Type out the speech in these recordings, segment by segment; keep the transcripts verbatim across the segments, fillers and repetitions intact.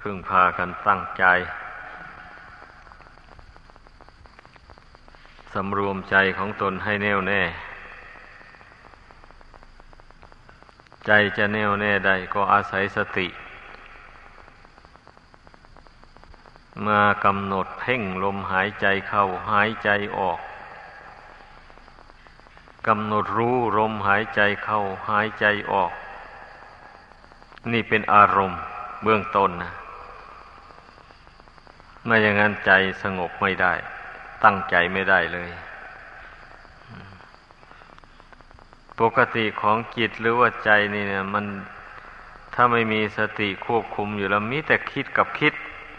พึ่งพากันตั้งใจสำรวมใจของตนให้แน่วแน่ใจจะแน่วแน่ได้ก็อาศัยสติมากำหนดเพ่งลมหายใจเข้าหายใจออกกำหนดรู้ลมหายใจเข้าหายใจออกนี่เป็นอารมณ์เบื้องต้นนะไม่อย่างนั้นใจสงบไม่ได้ตั้งใจไม่ได้เลยปกติของจิตหรือว่าใจนี่เนี่ยมันถ้าไม่มีสติควบคุมอยู่แล้วมีแต่คิดกับคิด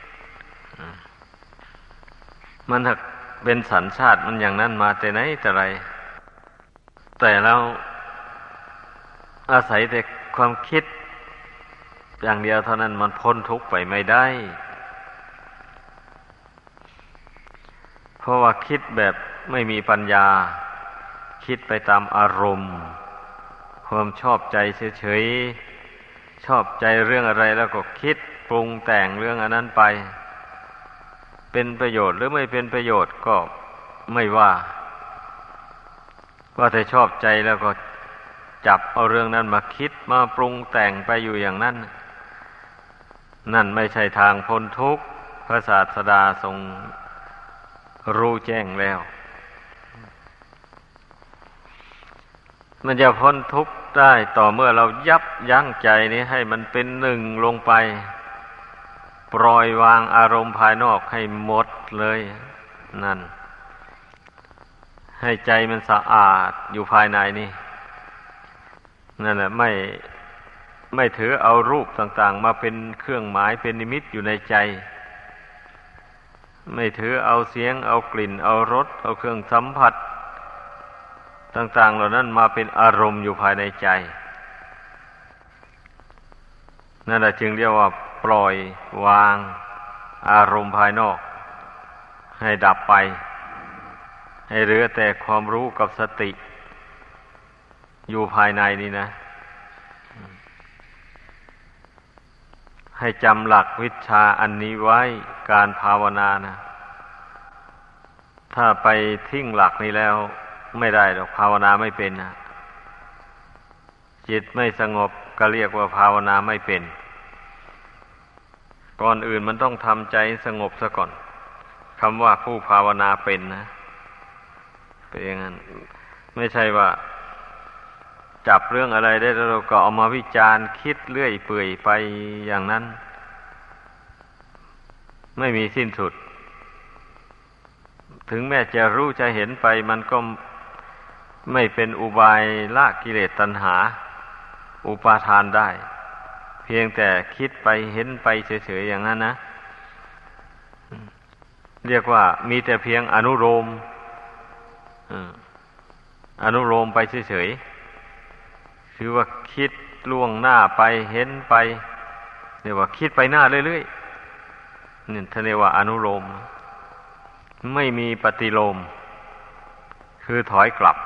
มันถ้าเป็นสัญชาติมันอย่างนั้นมาแต่ไหนแต่ไรแต่เราอาศัยแต่ความคิดอย่างเดียวเท่านั้นมันพ้นทุกข์ไปไม่ได้เพราะว่าคิดแบบไม่มีปัญญาคิดไปตามอารมณ์ความชอบใจเฉยๆชอบใจเรื่องอะไรแล้วก็คิดปรุงแต่งเรื่องอันนั้นไปเป็นประโยชน์หรือไม่เป็นประโยชน์ก็ไม่ว่าว่าแต่ชอบใจแล้วก็จับเอาเรื่องนั้นมาคิดมาปรุงแต่งไปอยู่อย่างนั้นนั่นไม่ใช่ทางพ้นทุกข์พระศาสดาทรงรู้แจ้งแล้วมันจะพ้นทุกข์ได้ต่อเมื่อเรายับยั้งใจนี้ให้มันเป็นหนึ่งลงไปปล่อยวางอารมณ์ภายนอกให้หมดเลยนั่นให้ใจมันสะอาดอยู่ภายในนี่นั่นแหละไม่ไม่ถือเอารูปต่างๆมาเป็นเครื่องหมายเป็นนิมิตอยู่ในใจไม่ถือเอาเสียงเอากลิ่นเอารสเอาเครื่องสัมผัสต่างๆเหล่านั้นมาเป็นอารมณ์อยู่ภายในใจนั่นแหละจึงเรียกว่าปล่อยวางอารมณ์ภายนอกให้ดับไปให้เหลือแต่ความรู้กับสติอยู่ภายในนี่นะให้จำหลักวิชาอันนี้ไว้การภาวนานะถ้าไปทิ้งหลักนี้แล้วไม่ได้หรอกภาวนาไม่เป็นนะจิตไม่สงบก็เรียกว่าภาวนาไม่เป็นก่อนอื่นมันต้องทำใจสงบซะก่อนคำว่าผู้ภาวนาเป็นนะเป็นอย่างนั้นไม่ใช่ว่าจับเรื่องอะไรได้แล้วเราก็เอามาวิจารณ์คิดเรื่อยเปื่อยไปอย่างนั้นไม่มีสิ้นสุดถึงแม้จะรู้จะเห็นไปมันก็ไม่เป็นอุบายละกิเลสตัณหาอุปาทานได้เพียงแต่คิดไปเห็นไปเฉยๆอย่างนั้นนะเรียกว่ามีแต่เพียงอนุโลมอนุโลมไปเฉยๆคือว่าคิดล่วงหน้าไปเห็นไปเรียกว่าคิดไปหน้าเรื่อยๆนี่ท่านเรียกว่าอนุโลมไม่มีปฏิโลมคือถอยกลับ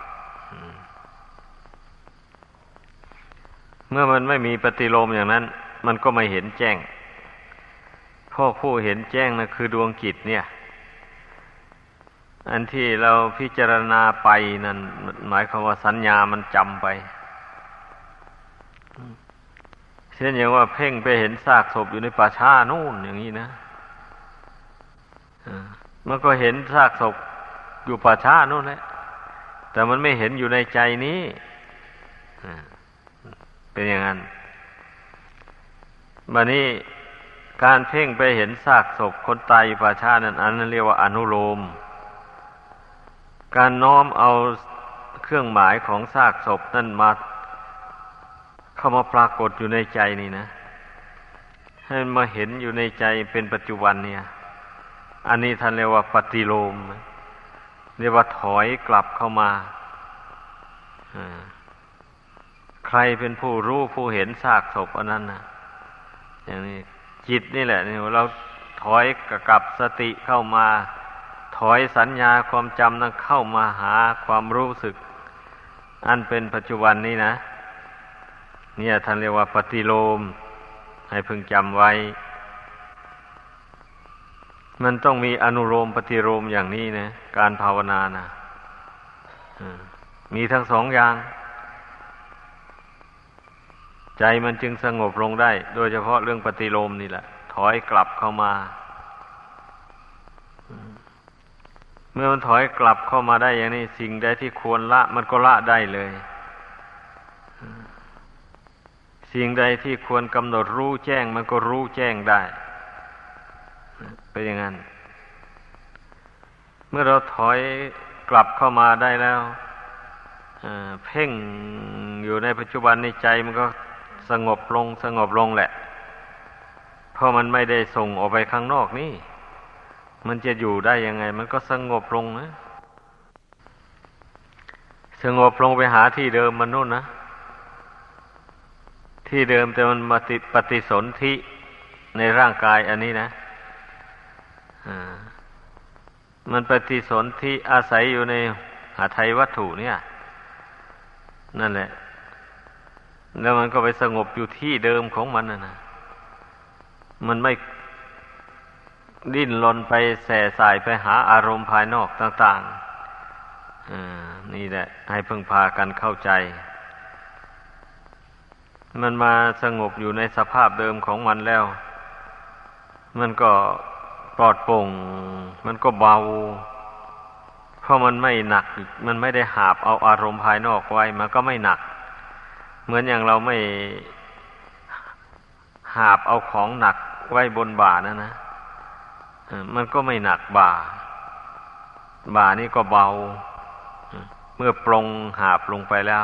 เมื่อมันไม่มีปฏิโลมอย่างนั้นมันก็ไม่เห็นแจ้งเพราะผู้เห็นแจ้งนะคือดวงจิตเนี่ยอันที่เราพิจารณาไปนั่นหมายความว่าสัญญามันจำไปเช่นอย่างว่าเพ่งไปเห็นซากศพอยู่ในป่าช้านู่นอย่างนี้นะมันก็เห็นซากศพอยู่ป่าช้านู่นแหละแต่มันไม่เห็นอยู่ในใจนี้เป็นอย่างนั้นบัดนี้การเพ่งไปเห็นซากศพคนตายอยู่ป่าช้านั้นอันนั้นเรียกว่าอนุโลมการน้อมเอาเครื่องหมายของซากศพนั่นมาเข้ามาปรากฏอยู่ในใจนี่นะให้มาเห็นอยู่ในใจเป็นปัจจุบันเนี่ยอันนี้ท่านเรียกว่าปฏิโลมเรียกว่าถอยกลับเข้ามาใครเป็นผู้รู้ผู้เห็นซากศพอันนั้นนะอย่างนี้จิตนี่แหละนี่เราถอยกลับสติเข้ามาถอยสัญญาความจำนั้นเข้ามาหาความรู้สึกอันเป็นปัจจุบันนี้นะเนี่ยท่านเรียกว่าปฏิโลมให้พึงจำไว้มันต้องมีอนุโลมปฏิโลมอย่างนี้นะการภาวนานะมีทั้งสองอย่างใจมันจึงสงบลงได้โดยเฉพาะเรื่องปฏิโลมนี่แหละถอยกลับเข้ามาเมื่อมันถอยกลับเข้ามาได้อย่างนี้สิ่งใดที่ควรละมันก็ละได้เลยสิ่งใดที่ควรกำหนดรู้แจ้งมันก็รู้แจ้งได้เป็นอย่างนั้นเมื่อเราถอยกลับเข้ามาได้แล้วเพ่งอยู่ในปัจจุบันในใจมันก็สงบลงสงบลงแหละเพราะมันไม่ได้ส่งออกไปข้างนอกนี่มันจะอยู่ได้ยังไงมันก็สงบลงนะสงบลงไปหาที่เดิมมันนู่นนะที่เดิมแต่มันมาติปฏิสนธิในร่างกายอันนี้นะอ่ามันปฏิสนธิอาศัยอยู่ในหาไทยวัตถุเนี่ยนั่นแหละแล้วมันก็ไปสงบอยู่ที่เดิมของมันนะนะมันไม่ดิ้นรนไปแส่สายไปหาอารมณ์ภายนอกต่างๆอ่านี่แหละให้พึงพากันเข้าใจมันมาสงบอยู่ในสภาพเดิมของมันแล้วมันก็ปลอดโปร่งมันก็เบาเพราะมันไม่หนักมันไม่ได้หาบเอาอารมณ์ภายนอกไว้มันก็ไม่หนักเหมือนอย่างเราไม่หาบเอาของหนักไว้บนบ่านั่นนะมันก็ไม่หนักบ่าบ่านี่ก็เบาเมื่อปลงหาบลงไปแล้ว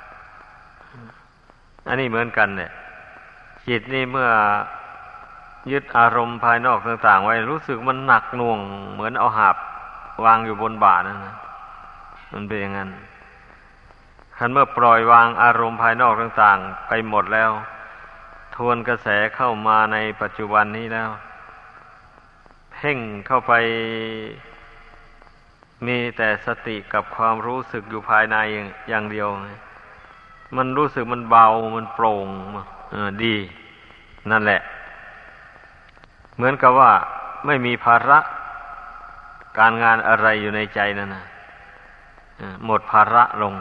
อันนี้เหมือนกันเนี่ยจิตนี่เมื่อยึดอารมณ์ภายนอกต่างๆไว้รู้สึกมันหนักหน่วงเหมือนเอาหาบวางอยู่บนบ่านั่นนะมันเป็นอย่างนั้นคันเมื่อปล่อยวางอารมณ์ภายนอกต่างๆไปหมดแล้วทวนกระแสเข้ามาในปัจจุบันนี้แล้วเพ่งเข้าไปมีแต่สติกับความรู้สึกอยู่ภายในอย่างเดียวมันรู้สึกมันเบามันโปร่งเออดีนั่นแหละเหมือนกับว่าไม่มีภาระการงานอะไรอยู่ในใจนั่นนะหมดภาระลง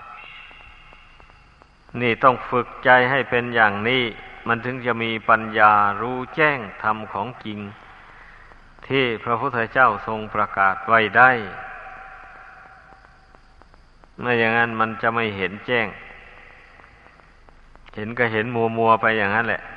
นี่ต้องฝึกใจให้เป็นอย่างนี้มันถึงจะมีปัญญารู้แจ้งธรรมของจริงที่พระพุทธเจ้าทรงประกาศไว้ได้ไม่อย่างนั้นมันจะไม่เห็นแจ้งเห็นก็เห็นมัวมัวไปอย่างนั้นแหละ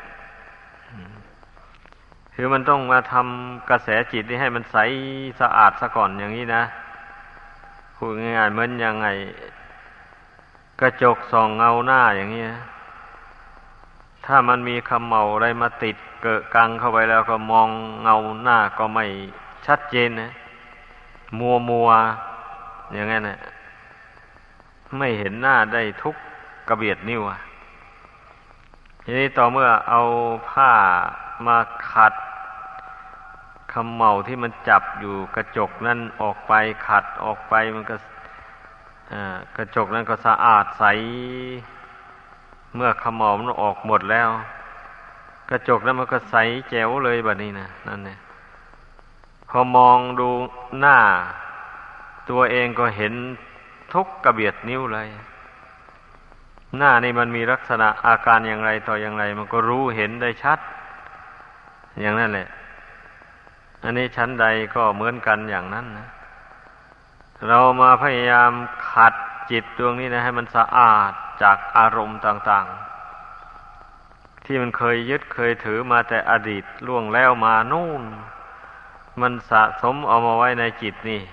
คือมันต้องมาทำกระแสจิตนี้ให้มันใสสะอาดซะก่อนอย่างนี้นะพูดง่ายๆเหมือนยังไงกระจกส่องเงาหน้าอย่างนี้นะถ้ามันมีเขม่าอะไรมาติดเกะกังเข้าไปแล้วก็มองเงาหน้าก็ไม่ชัดเจนนะมัวมัวอย่างนั้นนะไม่เห็นหน้าได้ทุกกระเบียดนิ้วอ่ะทีนี้ต่อเมื่อเอาผ้ามาขัดเขม่าที่มันจับอยู่กระจกนั้นออกไปขัดออกไปมันก็กระจกนั้นก็สะอาดใสเมื่อเขม่ามันออกหมดแล้วกระจกนั้นมันก็ใสแจ๋วเลยแบบนี้นะนั่นเนี่ยพอมองดูหน้าตัวเองก็เห็นทุกกระเบียดนิ้วเลยหน้านี่มันมีลักษณะอาการอย่างไรต่ออย่างไรมันก็รู้เห็นได้ชัดอย่างนั้นแหละอันนี้ชั้นใดก็เหมือนกันอย่างนั้นนะเรามาพยายามขัดจิตดวงนี้นะให้มันสะอาดจากอารมณ์ต่างๆที่มันเคยยึดเคยถือมาแต่อดีตล่วงแล้วมานู่นมันสะสมเอามาไว้ในจิตนี่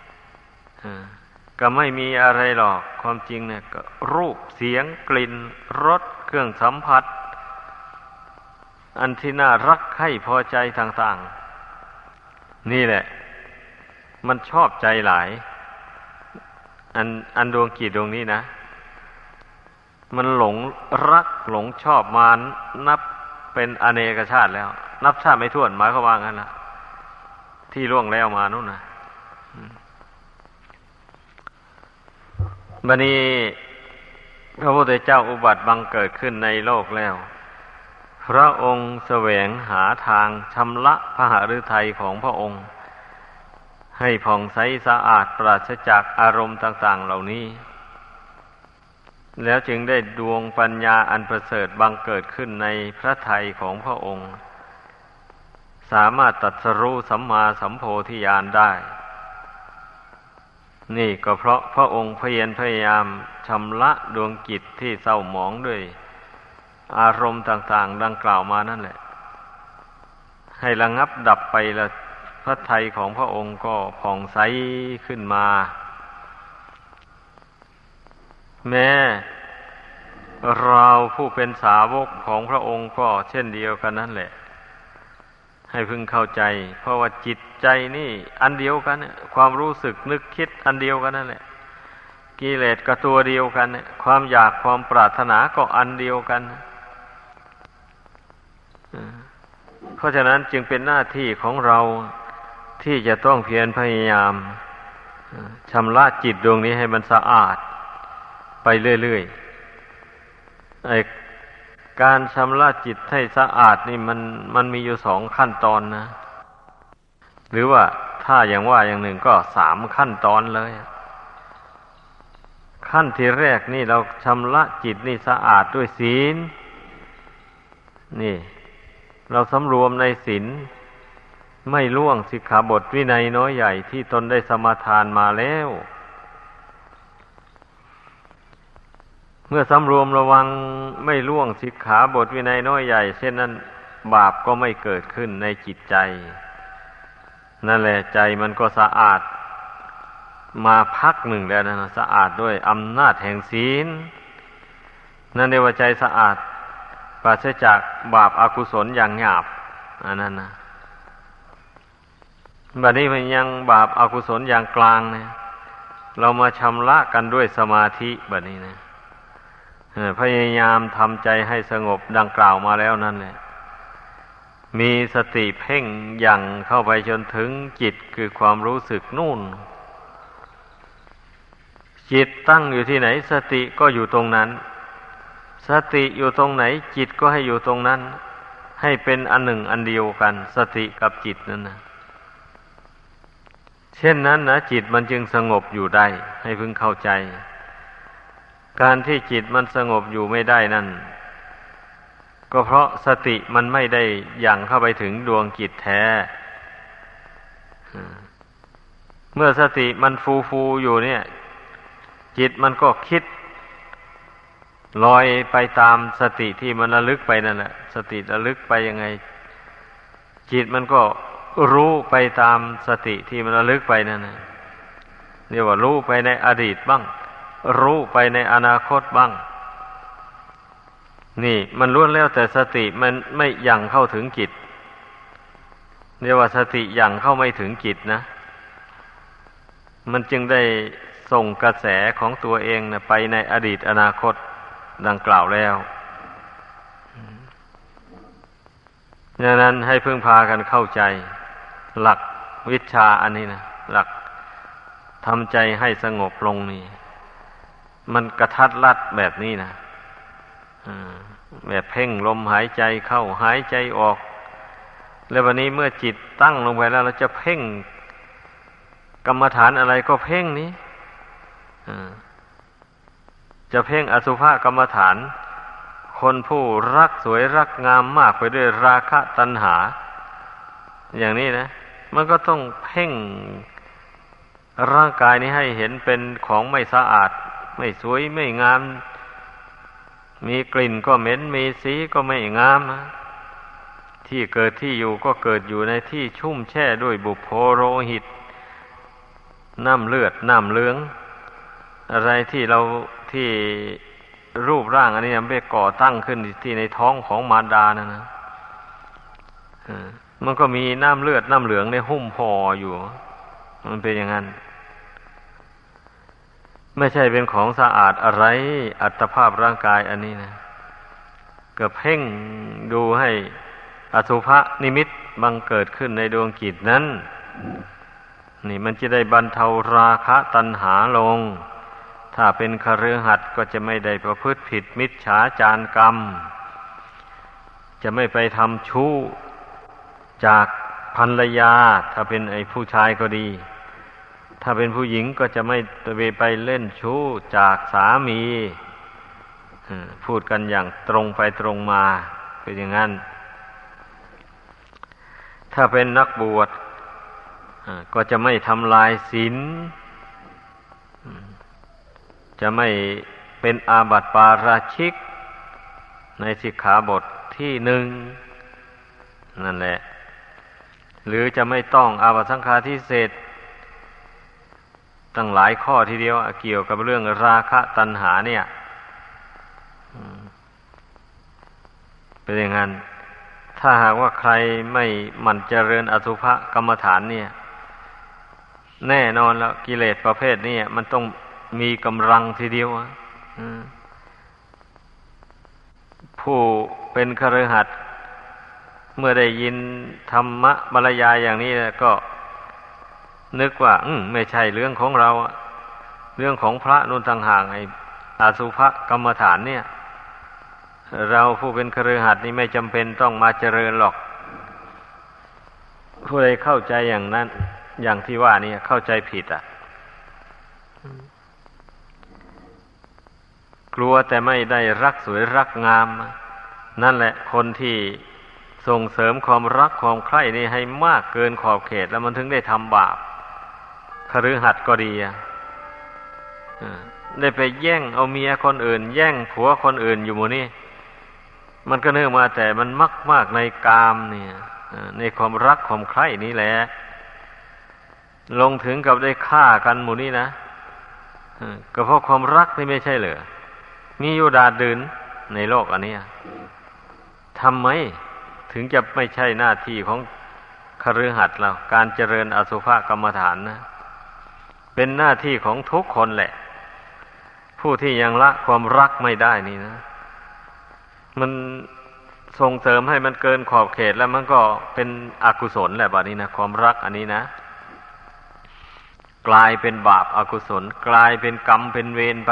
ก็ไม่มีอะไรหรอกความจริงเนี่ยก็รูปเสียงกลิ่นรสเครื่องสัมผัสอันที่น่ารักใคร่พอใจต่างๆนี่แหละมันชอบใจหลายอันอันดวงจิตดวงนี้นะมันหลงรักหลงชอบมานับเป็นอเนกชาติแล้วนับชาติไม่ถ้วนหมายความว่างั้นล่ะที่ล่วงแล้วมานู่นนะบัดนี้พระพุทธเจ้าอุบัติบังเกิดขึ้นในโลกแล้วพพระองค์แสวงหาทางชำระพหฤทัยของพระองค์ให้ผ่องใสสะอาดปราศจากอารมณ์ต่างๆเหล่านี้แล้วจึงได้ดวงปัญญาอันประเสริฐบังเกิดขึ้นในพระทัยของพระองค์สามารถตรัสรู้สัมมาสัมโพธิญาณได้นี่ก็เพราะพระองค์เพียรพยายามชำระดวงจิตที่เศร้าหมองด้วยอารมณ์ต่างๆดังกล่าวมานั่นแหละให้ระงับดับไปแล้วพระทัยของพระองค์ก็ผ่องใสขึ้นมาแม้เราผู้เป็นสาวกของพระองค์ก็เช่นเดียวกันนั่นแหละให้พึงเข้าใจเพราะว่าจิตใจนี่อันเดียวกันความรู้สึกนึกคิดอันเดียวกันนั่นแหละกิเลสก็ตัวเดียวกันความอยากความปรารถนาก็อันเดียวกันเพราะฉะนั้นจึงเป็นหน้าที่ของเราที่จะต้องเพียรพยายามชำระจิตดวงนี้ให้มันสะอาดไปเรื่อยๆไอ้การชำระจิตให้สะอาดนี่มันมันมีอยู่สองขั้นตอนนะหรือว่าถ้าอย่างว่าอย่างหนึ่งก็สามขั้นตอนเลยขั้นที่แรกนี่เราชำระจิตนี่สะอาดด้วยศีลนี่เราสำรวมในศีลไม่ล่วงสิกขาบทวินัยน้อยใหญ่ที่ตนได้สมาทานมาแล้วเมื่อสำรวมระวังไม่ล่วงสิกขาบทวินัยน้อยใหญ่เช่นนั้นบาปก็ไม่เกิดขึ้นในจิตใจนั่นแหละใจมันก็สะอาดมาพักหนึ่งแล้วนะสะอาดด้วยอำนาจแห่งศีลนั่นเรียกว่าใจสะอาดปราศจากบาปอกุศลอย่างหยาบอันนั้นนะบัดนี้มันยังบาปอกุศลอย่างกลางเนี่ยเรามาชำระกันด้วยสมาธิบัดนี้นะพยายามทำใจให้สงบดังกล่าวมาแล้วนั่นแหละมีสติเพ่งอย่างเข้าไปจนถึงจิตคือความรู้สึกนู่นจิตตั้งอยู่ที่ไหนสติก็อยู่ตรงนั้นสติอยู่ตรงไหนจิตก็ให้อยู่ตรงนั้นให้เป็นอันหนึ่งอันเดียวกันสติกับจิตนั่นนะเช่นนั้นนะจิตมันจึงสงบอยู่ได้ให้พึงเข้าใจการที่จิตมันสงบอยู่ไม่ได้นั่นก็เพราะสติมันไม่ได้ยังเข้าไปถึงดวงจิตแท้เมื่อสติมันฟูฟูอยู่เนี่ยจิตมันก็คิดลอยไปตามสติที่มันระลึกไปนั่นแหละสติระลึกไปยังไงจิตมันก็รู้ไปตามสติที่มันระลึกไปนั่นนะเรียกว่ารู้ไปในอดีตบ้างรู้ไปในอนาคตบ้างนี่มันล้วนแล้วแต่สติมันไม่ยังเข้าถึงจิตเรียกว่าสติยังเข้าไม่ถึงจิตนะมันจึงได้ส่งกระแสของตัวเองนะไปในอดีตอนาคตดังกล่าวแล้วดังนั้นให้พึ่งพากันเข้าใจหลักวิชาอันนี้นะหลักทำใจให้สงบลงนี่มันกระทัดรัดแบบนี้นะแบบเพ่งลมหายใจเข้าหายใจออกแล้ววันนี้เมื่อจิตตั้งลงไปแล้วเราจะเพ่งกรรมฐานอะไรก็เพ่งนี้จะเพ่งอสุภกรรมฐานคนผู้รักสวยรักงามมากไปด้วยราคะตัณหาอย่างนี้นะมันก็ต้องเพ่งร่างกายนี้ให้เห็นเป็นของไม่สะอาดไม่สวยไม่งามมีกลิ่นก็เหม็นมีสีก็ไม่งามที่เกิดที่อยู่ก็เกิดอยู่ในที่ชุ่มแช่ด้วยบุพโพโรหิตน้ำเลือดน้ำเหลืองอะไรที่เราที่รูปร่างอันนี้มันไปก่อตั้งขึ้นที่ในท้องของมารดานั่นนะมันก็มีน้ำเลือดน้ำเหลืองในหุ้มห่ออยู่มันเป็นอย่างนั้นไม่ใช่เป็นของสะอาดอะไรอัตภาพร่างกายอันนี้นะก็เพ่งดูให้อสุภนิมิตบังเกิดขึ้นในดวงจิตนั้นนี่มันจะได้บรรเทาราคะตัณหาลงถ้าเป็นคฤหัสถ์ก็จะไม่ได้ประพฤติผิดมิจฉาจารกรรมจะไม่ไปทำชู้จากภรรยาถ้าเป็นไอ้ผู้ชายก็ดีถ้าเป็นผู้หญิงก็จะไม่ไปเล่นชู้จากสามีพูดกันอย่างตรงไปตรงมาเป็นอย่างนั้นถ้าเป็นนักบวชก็จะไม่ทำลายศีลจะไม่เป็นอาบัติปาราชิกในสิกขาบทที่หนึ่งนั่นแหละหรือจะไม่ต้องอาบัติสังฆาทิเศษตั้งหลายข้อทีเดียวเกี่ยวกับเรื่องราคะตัณหาเนี่ยเป็นอย่างนั้นถ้าหากว่าใครไม่หมั่นเจริญอสุภกรรมฐานเนี่ยแน่นอนแล้วกิเลสประเภทนี้มันต้องมีกำลังทีเดียวผู้เป็นคฤหัสถ์เมื่อได้ยินธรรมะบรรยายอย่างนี้ก็นึกว่าอืมไม่ใช่เรื่องของเราเรื่องของพระนู่นต่างหากไอ้อสุภกรรมฐานเนี่ยเราผู้เป็นคฤหัสถ์นี่ไม่จำเป็นต้องมาเจริญหรอกผู้ใดเข้าใจอย่างนั้นอย่างที่ว่านี่เข้าใจผิดอ่ะกลัวแต่ไม่ได้รักสวยรักงามนั่นแหละคนที่ส่งเสริมความรักความใคร่นี่ให้มากเกินขอบเขตแล้วมันถึงได้ทำบาปคฤหัสถ์ก็ดีอ่ะได้ไปแย่งเอาเมียคนอื่นแย่งผัวคนอื่นอยู่หมู่นี้มันก็เนื่องมาแต่มันมักมากในกามเนี่ยในความรักความใคร่นี้แหละลงถึงกับได้ฆ่ากันหมู่นี้นะก็เพราะความรักนี่ไม่ใช่เหรอมีอยู่ดาดดื่นในโลกอันนี้ทำไมถึงจะไม่ใช่หน้าที่ของคฤหัสถ์เราการเจริญอสุภกรรมฐานนะเป็นหน้าที่ของทุกคนแหละผู้ที่ยังละความรักไม่ได้นี่นะมันส่งเสริมให้มันเกินขอบเขตแล้วมันก็เป็นอกุศลแหละบัดนี้นะความรักอันนี้นะกลายเป็นบาปอกุศลกลายเป็นกรรมเป็นเวรไป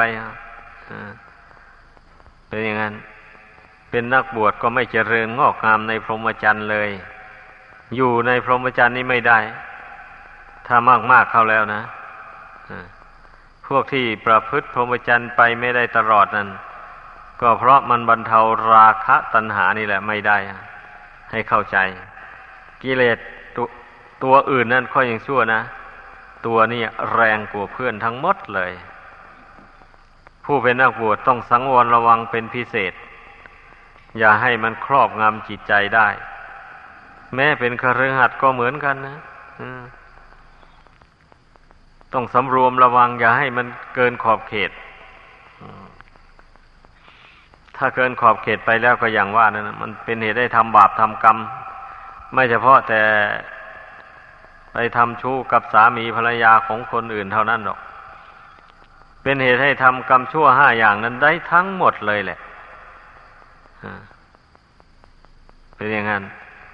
เป็นอย่างนั้นเป็นนักบวชก็ไม่เจริญงอกงามในพรหมจรรย์เลยอยู่ในพรหมจรรย์นี้ไม่ได้ถ้ามากๆเข้าแล้วนะพวกที่ประพฤติพรหมจรรย์ไปไม่ได้ตลอดนั้นก็เพราะมันบรรเทาราคะตัณหานี่แหละไม่ได้ให้เข้าใจกิเลสตัวตัวอื่นนั่นค่อยยังชั่วนะตัวนี้แรงกว่าเพื่อนทั้งหมดเลยผู้เป็นนักบวชต้องสังวรระวังเป็นพิเศษอย่าให้มันครอบงำจิตใจได้แม้เป็นคฤหัสถ์ก็เหมือนกันนะต้องสำรวมระวังอย่าให้มันเกินขอบเขตถ้าเกินขอบเขตไปแล้วก็อย่างว่านั่นมันเป็นเหตุให้ทำบาปทำกรรมไม่เฉพาะแต่ไปทำชู้กับสามีภรรยาของคนอื่นเท่านั้นหรอกเป็นเหตุให้ทำกรรมชั่วห้าอย่างนั้นได้ทั้งหมดเลยแหละเป็นอย่างนั้น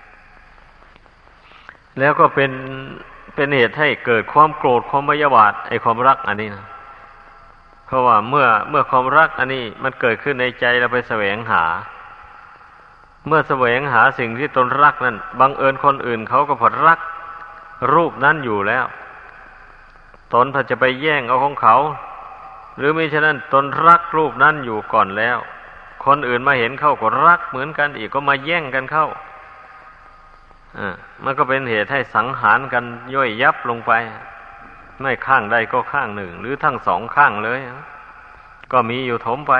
แล้วก็เป็นเป็นเหตุให้เกิดความโกรธความพยาบาทไอ้ความรักอันนี้นะเพราะว่าเมื่อเมื่อความรักอันนี้มันเกิดขึ้นในใจเราไปแสวงหาเมื่อแสวงหาสิ่งที่ตนรักนั้นบังเอิญคนอื่นเขาก็พอรักรูปนั้นอยู่แล้วตนถ้าจะไปแย่งเอาของเขาหรือมิฉะนั้นตนรักรูปนั้นอยู่ก่อนแล้วคนอื่นมาเห็นเข้าก็รักเหมือนกันอีกก็มาแย่งกันเข้าอ่ามันก็เป็นเหตุให้สังหารกันย่อยยับลงไปไม่ข้างใดก็ข้างหนึ่งหรือทั้งสองข้างเลยก็มีอยู่ถมไป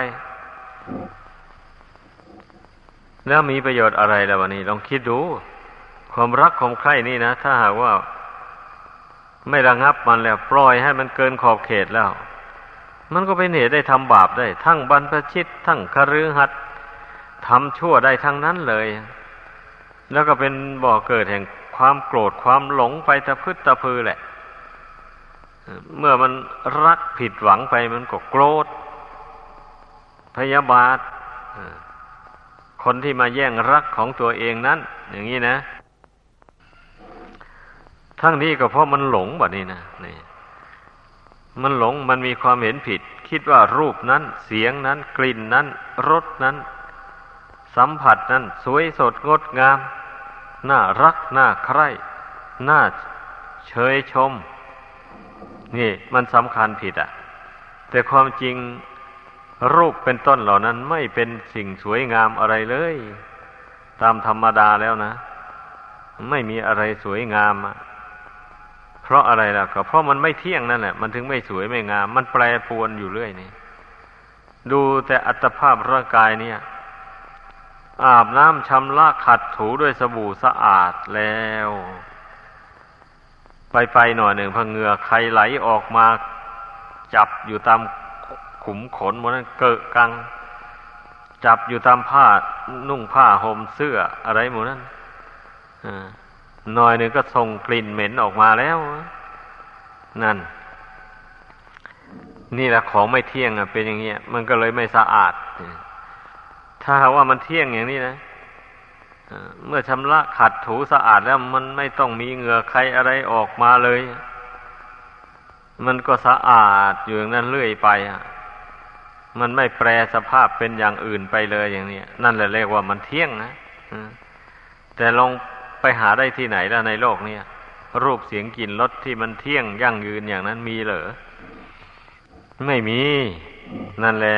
แล้วมีประโยชน์อะไรล่ะวะนี่ลองคิดดูความรักความใคร่นี่นะถ้าหากว่าไม่ระงับมันแล้วปล่อยให้มันเกินขอบเขตแล้วมันก็เป็นเหตุได้ทำบาปได้ทั้งบรรพชิตทั้งคฤหัสถ์ทำชั่วได้ทั้งนั้นเลยแล้วก็เป็นบ่อเกิดแห่งความโกรธความหลงไปตะพึดตะพือแหละเมื่อมันรักผิดหวังไปมันก็โกรธพยาบาทคนที่มาแย่งรักของตัวเองนั้นอย่างนี้นะทั้งนี้ก็เพราะมันหลงแบบนี้นะนี่มันหลงมันมีความเห็นผิดคิดว่ารูปนั้นเสียงนั้นกลิ่นนั้นรสนั้นสัมผัสนั้นสวยสดงดงามน่ารักน่าใคร่น่าเชยชมนี่มันสำคัญผิดอ่ะแต่ความจริงรูปเป็นต้นเหล่านั้นไม่เป็นสิ่งสวยงามอะไรเลยตามธรรมดาแล้วนะไม่มีอะไรสวยงามอ่ะเพราะอะไรล่ะก็เพราะมันไม่เที่ยงนั่นแหละมันถึงไม่สวยไม่งามมันแปรปรวนอยู่เรื่อยนี่ดูแต่อัตภาพร่างกายเนี่ยอาบน้ำชำระขัดถูด้วยสบู่สะอาดแล้วไปไปหน่อยหนึ่งพอเหงื่อใครไหลออกมาจับอยู่ตามขุมขนหมดนั้นเกอะกังจับอยู่ตามผ้านุ่งผ้าห่มเสื้ออะไรหมดนั้นหน่อยหนึ่งก็ส่งกลิ่นเหม็นออกมาแล้วนั่นนี่แหละของไม่เที่ยงอ่ะเป็นอย่างเงี้ยมันก็เลยไม่สะอาดถ้าว่ามันเที่ยงอย่างนี้นะเมื่อชำระขัดถูสะอาดแล้วมันไม่ต้องมีเหงื่อใครอะไรออกมาเลยมันก็สะอาดอยู่อย่างนั้นเรื่อยไปอ่ะมันไม่แปรสภาพเป็นอย่างอื่นไปเลยอย่างนี้นั่นแหละเรียกว่ามันเที่ยงนะแต่ลองไปหาได้ที่ไหนล่ะในโลกนี้รูปเสียงกลิ่นรสที่มันเที่ยงยั่งยืนอย่างนั้นมีเหรอไม่มีนั่นแหละ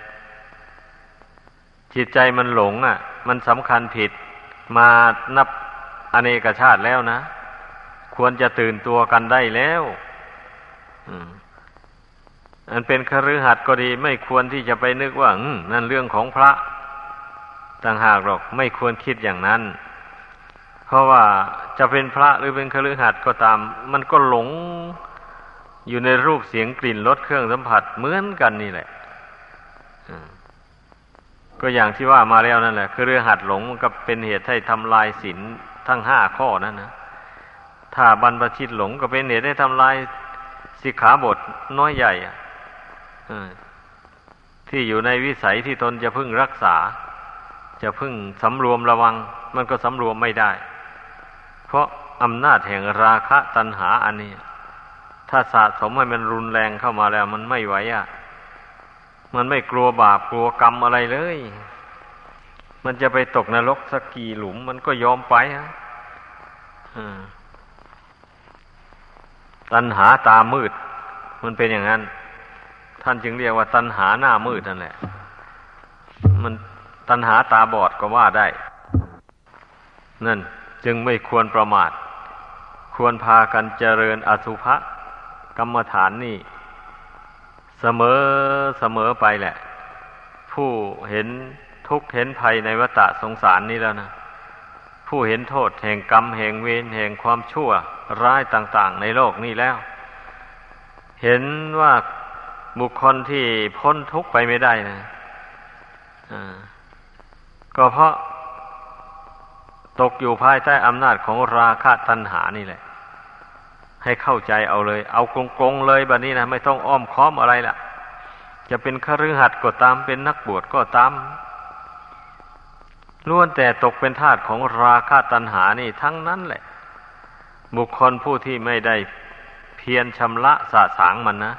จิตใจมันหลงอ่ะมันสำคัญผิดมานับอเนกชาติแล้วนะควรจะตื่นตัวกันได้แล้วอันเป็นคฤหัสถ์ก็ดีไม่ควรที่จะไปนึกว่านั่นเรื่องของพระต่างหากหรอกไม่ควรคิดอย่างนั้นเพราะว่าจะเป็นพระหรือเป็นคฤหัสถ์ก็ตามมันก็หลงอยู่ในรูปเสียงกลิ่นรสเครื่องสัมผัสเหมือนกันนี่แหละก็อย่างที่ว่ามาแล้วนั่นแหละคือเรื่องหัดหลงมันก็เป็นเหตุให้ทำลายศีลทั้งห้าข้อนั่นนะถ้าบรรพชิตหลงก็เป็นเหตุให้ทำลายสิกขาบทน้อยใหญ่ที่อยู่ในวิสัยที่ตนจะพึงรักษาจะพึงสำรวมระวังมันก็สำรวมไม่ได้เพราะอำนาจแห่งราคะตัณหาอันนี้ถ้าสะสมให้มันรุนแรงเข้ามาแล้วมันไม่ไหวอ่ะมันไม่กลัวบาปกลัวกรรมอะไรเลยมันจะไปตกนรกสักกี่หลุมมันก็ยอมไปฮะตัณหาตามืดมันเป็นอย่างนั้นท่านจึงเรียกว่าตัณหาหน้ามืดนั่นแหละมันตัณหาตาบอดก็ว่าได้นั่นจึงไม่ควรประมาทควรพากันเจริญอสุภกรรมฐานนี่เสมอเสมอไปแหละผู้เห็นทุกข์เห็นภัยในวัฏสงสารนี้แล้วนะผู้เห็นโทษแห่งกรรมแห่งเวรแห่งความชั่วร้ายต่างๆในโลกนี้แล้วเห็นว่าบุคคลที่พ้นทุกข์ไปไม่ได้นะก็เพราะตกอยู่ภายใต้อำนาจของราคะตัณหานี่แหละให้เข้าใจเอาเลยเอากงๆเลยบัดนี้นะไม่ต้องอ้อมค้อมอะไรล่ะจะเป็นคฤหัสถ์ก็ตามเป็นนักบวชก็ตามล้วนแต่ตกเป็นทาสของราคะตัณหานี่ทั้งนั้นแหละบุคคลผู้ที่ไม่ได้เพียรชำระสะสางมันนะ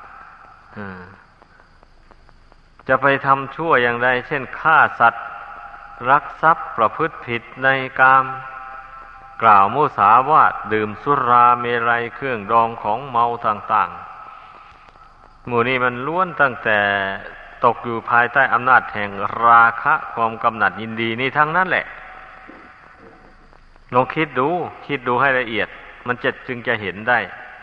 จะไปทำชั่วอย่างใดเช่นฆ่าสัตว์รักทรัพย์ประพฤติผิดในกามกล่าวมุสาวาทดื่มสุราเมรัยเครื่องดองของเมาต่างๆหมู่นี้มันล้วนตั้งแต่ตกอยู่ภายใต้อำนาจแห่งราคะความกำหนัดยินดีนี่ทั้งนั้นแหละลองคิดดูคิดดูให้ละเอียดมันจะจึงจะเห็นได้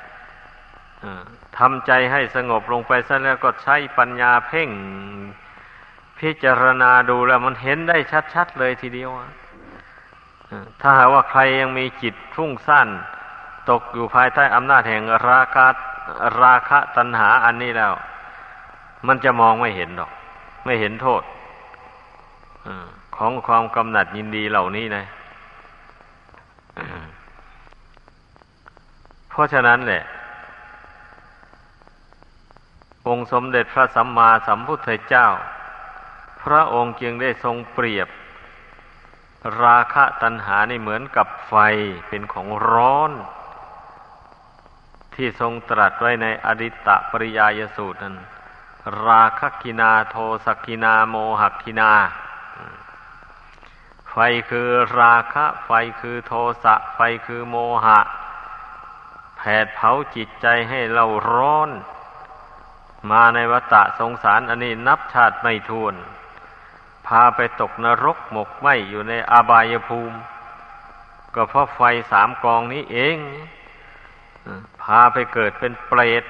ทำใจให้สงบลงไปซะแล้วก็ใช้ปัญญาเพ่งพิจารณาดูแล้วมันเห็นได้ชัดๆเลยทีเดียวถ้าหากว่าใครยังมีจิตฟุ้งซ่านตกอยู่ภายใต้อำนาจแห่งราคะราคะตัณหาอันนี้แล้วมันจะมองไม่เห็นหรอกไม่เห็นโทษของความกำหนัดยินดีเหล่านี้นะเพราะฉะนั้นแหละองค์สมเด็จพระสัมมาสัมพุทธเจ้าพระองค์จึงได้ทรงเปรียบราคะตัณหานี่เหมือนกับไฟเป็นของร้อนที่ทรงตรัสไว้ในอดิตตปริยายสูตรนั้นราคะกินาโทสักกินาโมหกินาคือราคะไฟคือโทสะไฟคือโมหะแผดเผาจิตใจให้เราร้อนมาในวัฏสงสารอันนี้นับชาติไม่ถ้วนพาไปตกนรกหมกไหม้อยู่ในอบายภูมิก็เพราะไฟสามกองนี้เองพาไปเกิดเป็นเปรต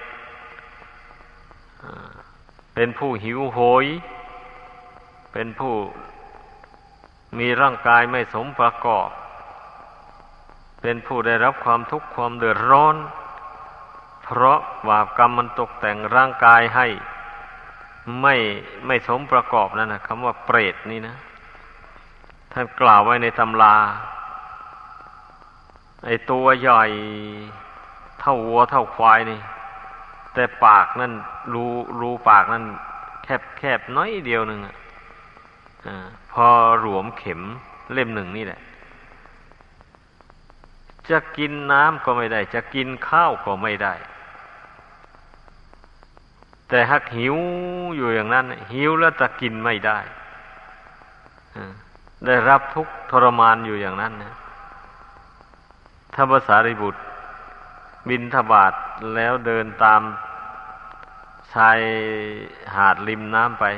เป็นผู้หิวโหยเป็นผู้มีร่างกายไม่สมประกอบเป็นผู้ได้รับความทุกข์ความเดือดร้อนเพราะบาปกรรมมันตกแต่งร่างกายให้ไม่ไม่สมประกอบนั่นนะคำว่าเปรตนี่นะท่านกล่าวไว้ในตำราไอ้ตัวใหญ่เท่าวัวเท่าควายนี่แต่ปากนั่นรูรูปากนั่นแคบแคบน้อยเดียวหนึ่งอ่ะพอหลวมเข็มเล่มหนึ่งนี่แหละจะกินน้ำก็ไม่ได้จะกินข้าวก็ไม่ได้แต่หากหิวอยู่อย่างนั้นหิวแล้วจะกินไม่ได้ได้รับทุกข์ทรมานอยู่อย่างนั้นนะถ้าพระสารีบุตรบิณฑบาตแล้วเดินตามชายหาดริมน้ำไป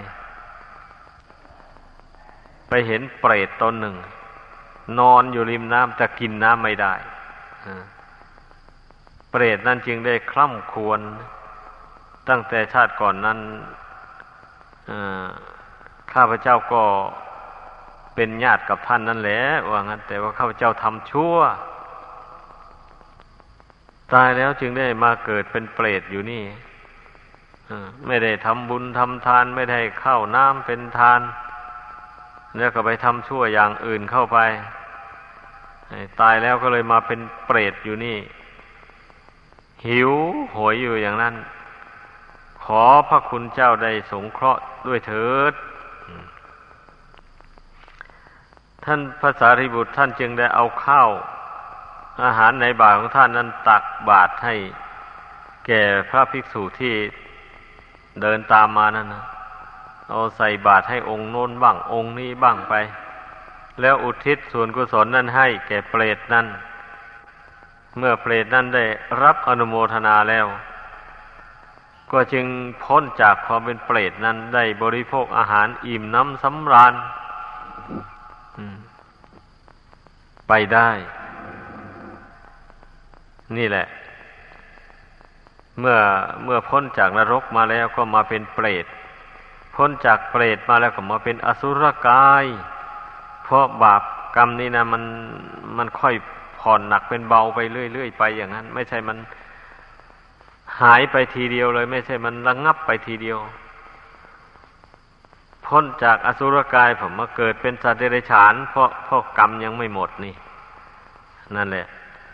ไปเห็นเปรตตนหนึ่งนอนอยู่ริมน้ำจะกินน้ำไม่ได้เปรตนั้นจึงได้คร่ำครวญตั้งแต่ชาติก่อนนั้นข้าพเจ้าก็เป็นญาติกับท่านนั่นแหละว่างั้นแต่ว่าข้าพเจ้าทำชั่วตายแล้วจึงได้มาเกิดเป็นเปรตอยู่นี่ไม่ได้ทำบุญทำทานไม่ได้เข้าน้ำเป็นทานแล้วก็ไปทำชั่วอย่างอื่นเข้าไปตายแล้วก็เลยมาเป็นเปรตอยู่นี่หิวโหยอยู่อย่างนั้นขอพระคุณเจ้าได้สงเคราะห์ด้วยเถิดท่านพระสารีบุตรท่านจึงได้เอาข้าวอาหารในบาตรของท่านนั้นตักบาตรให้แก่พระภิกษุที่เดินตามมานั่นนะเอาใส่บาตรให้องค์โน้นบ้างองค์นี้บ้างไปแล้วอุทิศส่วนกุศลนั้นให้แก่เปรตนั้นเมื่อเปรตนั้นได้รับอนุโมทนาแล้วก็จึงพ้นจากความเป็นเปรตนั้นได้บริโภคอาหารอิ่มน้ำสำราญไปได้นี่แหละเมื่อเมื่อพ้นจากนรกมาแล้วก็มาเป็นเปรตพ้นจากเปรตมาแล้วก็มาเป็นอสุรกายเพราะบาปกรรมนี่นะมันมันค่อยผ่อนหนักเป็นเบาไปเรื่อยๆไปอย่างนั้นไม่ใช่มันหายไปทีเดียวเลยไม่ใช่มันระงับไปทีเดียวพ้นจากอสุรกายผมมาเกิดเป็นสัตว์เดรัจฉานเพราะเพราะกรรมยังไม่หมดนี่นั่นแหละ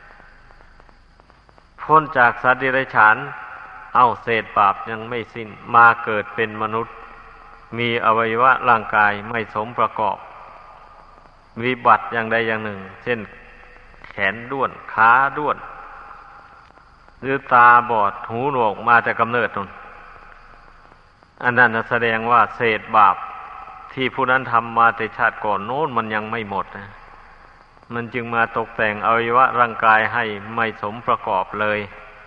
พ้นจากสัตว์เดรัจฉานเอ้าเศษบาปยังไม่สิ้นมาเกิดเป็นมนุษย์มีอวัยวะร่างกายไม่สมประกอบวิบัติอย่างใดอย่างหนึ่งเช่นแขนด้วนขาด้วนหรือตาบอดหูหนวกมาแต่กำเนิดนั่นอันนั้นแสดงว่าเศษบาปที่ผู้นั้นทำมาแต่ชาติก่อนโน้นมันยังไม่หมดนะมันจึงมาตกแต่งอวัยวะร่างกายให้ไม่สมประกอบเลย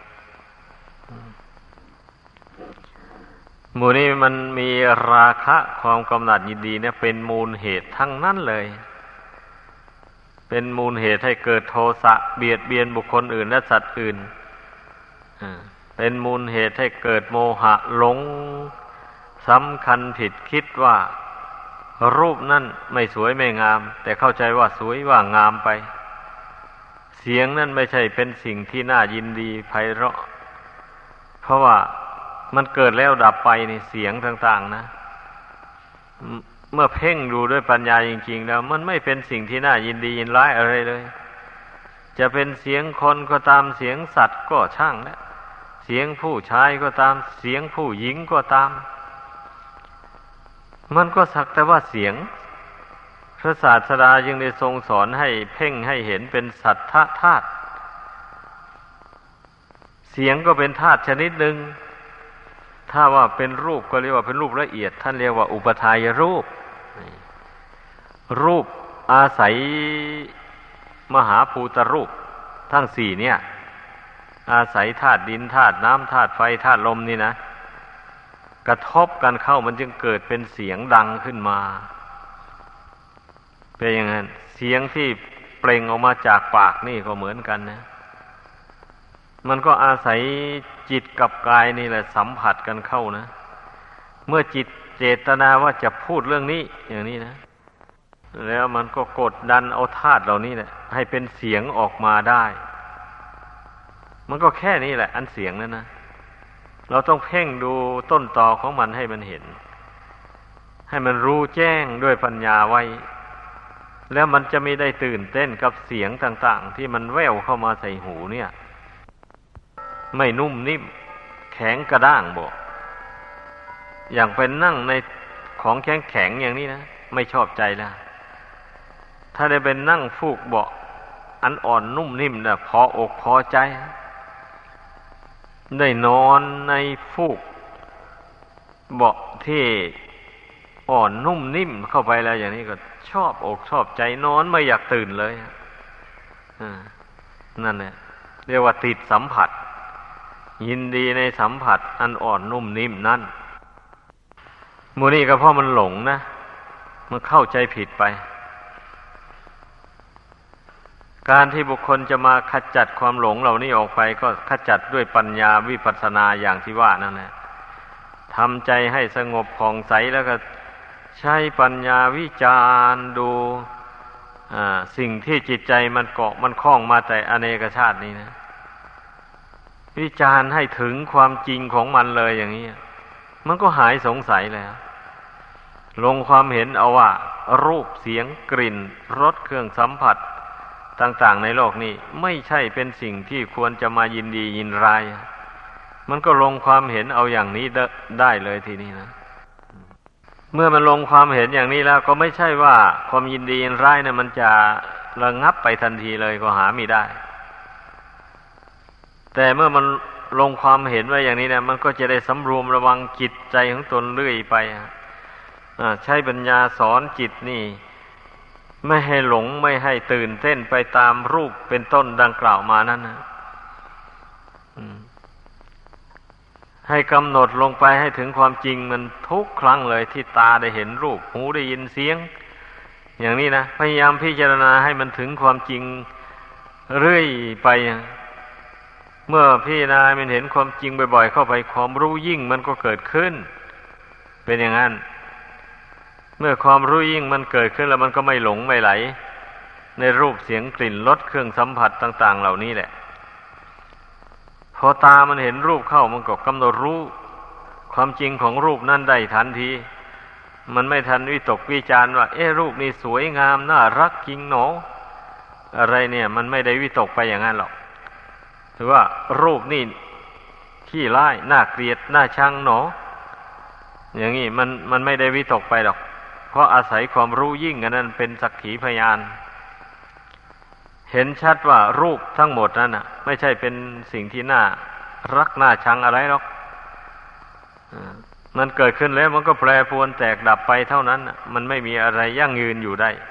หมู่นี้มันมีราคะความกำหนัดยินดีเนี่ยเป็นมูลเหตุทั้งนั้นเลยเป็นมูลเหตุให้เกิดโทสะเบียดเบียนบุคคลอื่นและสัตว์อื่นเป็นมูลเหตุให้เกิดโมหะหลงสำคัญผิดคิดว่ารูปนั่นไม่สวยไม่งามแต่เข้าใจว่าสวยว่างามไปเสียงนั่นไม่ใช่เป็นสิ่งที่น่ายินดีไพเราะเพราะว่ามันเกิดแล้วดับไปในเสียงต่างๆนะเมื่อเพ่งดูด้วยปัญญาจริงๆแล้วมันไม่เป็นสิ่งที่น่ายินดียินร้ายอะไรเลยจะเป็นเสียงคนก็ตามเสียงสัตว์ก็ช่างแล้วเสียงผู้ชายก็ตามเสียงผู้หญิงก็ตามมันก็สักแต่ว่าเสียงพระศาสดาจึงได้ทรงสอนให้เพ่งให้เห็นเป็นสัทธะธาตุเสียงก็เป็นธาตุชนิดหนึ่งถ้าว่าเป็นรูปก็เรียกว่าเป็นรูปละเอียดท่านเรียกว่าอุปทายรูปรูปอาศัยมหาภูตรูปทั้งสี่เนี่ยอาศัยธาตุดินธาตุน้ำธาตุไฟธาตุลมนี่นะกระทบกันเข้ามันจึงเกิดเป็นเสียงดังขึ้นมาเป็นอย่างนั้นเสียงที่เปล่งออกมาจากปากนี่ก็เหมือนกันนะมันก็อาศัยจิตกับกายนี่แหละสัมผัสกันเข้านะเมื่อจิตเจตนาว่าจะพูดเรื่องนี้อย่างนี้นะแล้วมันก็กดดันเอาธาตุเหล่านี้แหละให้เป็นเสียงออกมาได้มันก็แค่นี้แหละอันเสียงนั้นนะเราต้องเพ่งดูต้นตอของมันให้มันเห็นให้มันรู้แจ้งด้วยปัญญาไว้แล้วมันจะไม่ได้ตื่นเต้นกับเสียงต่างๆที่มันแว่วเข้ามาใส่หูเนี่ยไม่นุ่มนิ่มแข็งกระด้างบอกอย่างเป็นนั่งในของแข็งแข็งอย่างนี้นะไม่ชอบใจแล้วถ้าได้เป็นนั่งฟูกเบาะอันอ่อนนุ่มนิ่มนะพออกพอใจได้นอนในฟูกเบาะที่อ่อนนุ่มนิ่มเข้าไปแล้วอย่างนี้ก็ชอบอกชอบใจนอนไม่อยากตื่นเลยนั่นแหละเรียกว่าติดสัมผัสยินดีในสัมผัสอันอ่อนนุ่มนิ่มนั่นหมู่นี้ก็เพราะมันหลงนะมันเข้าใจผิดไปการที่บุคคลจะมาขจัดความหลงเหล่านี้ออกไปก็ขจัดด้วยปัญญาวิปัสสนาอย่างที่ว่านั่นแหละทำใจให้สงบผ่องใสแล้วก็ใช้ปัญญาวิจารณ์ดูสิ่งที่จิตใจมันเกาะมันคล้องมาแต่อเนกชาตินี้นะวิจารณ์ให้ถึงความจริงของมันเลยอย่างนี้มันก็หายสงสัยแล้วลงความเห็นเอาว่ารูปเสียงกลิ่นรสเครื่องสัมผัสต่างๆในโลกนี้ไม่ใช่เป็นสิ่งที่ควรจะมายินดียินร้ายมันก็ลงความเห็นเอาอย่างนี้ได้เลยทีนี้นะเมื่อมันลงความเห็นอย่างนี้แล้วก็ไม่ใช่ว่าความยินดียินร้ายเนี่ยมันจะระงับไปทันทีเลยก็หาไม่ได้แต่เมื่อมันลงความเห็นไว้อย่างนี้เนี่ยมันก็จะได้สำรวมระวังจิตใจของตนเรื่อยไปใช้ปัญญาสอนจิตนี่ไม่ให้หลงไม่ให้ตื่นเต้นไปตามรูปเป็นต้นดังกล่าวมานั้นนะให้กำหนดลงไปให้ถึงความจริงมันทุกครั้งเลยที่ตาได้เห็นรูปหูได้ยินเสียงอย่างนี้นะพยายามพิจารณาให้มันถึงความจริงเรื่อยไปเมื่อพิจารณามันเห็นความจริงบ่อยๆเข้าไปความรู้ยิ่งมันก็เกิดขึ้นเป็นอย่างนั้นเมื่อความรู้ยิ่งมันเกิดขึ้นแล้วมันก็ไม่หลงไม่ไหลในรูปเสียงกลิ่นรสเครื่องสัมผัสต่างๆเหล่านี้แหละพอตามันเห็นรูปเข้ามันก็กำหนดรู้ความจริงของรูปนั่นได้ทันทีมันไม่ทันวิตกวิจารณ์ว่าเอ๊ะรูปนี้สวยงามน่ารักจริงหนออะไรเนี่ยมันไม่ได้วิตกไปอย่างนั้นหรอกหรือว่ารูปนี่ขี้ร้ายน่าเกลียดน่าชังหนออย่างนี้มันมันไม่ได้วิตกไปหรอกเพราะอาศัยความรู้ยิ่งอันนั้นเป็นสักขีพยานเห็นชัดว่ารูปทั้งหมดนั้นน่ะไม่ใช่เป็นสิ่งที่น่ารักน่าชังอะไรหรอกมันเกิดขึ้นแล้วมันก็แปรปรวนแตกดับไปเท่านั้นมันไม่มีอะไรยั่งยืนอยู่ได้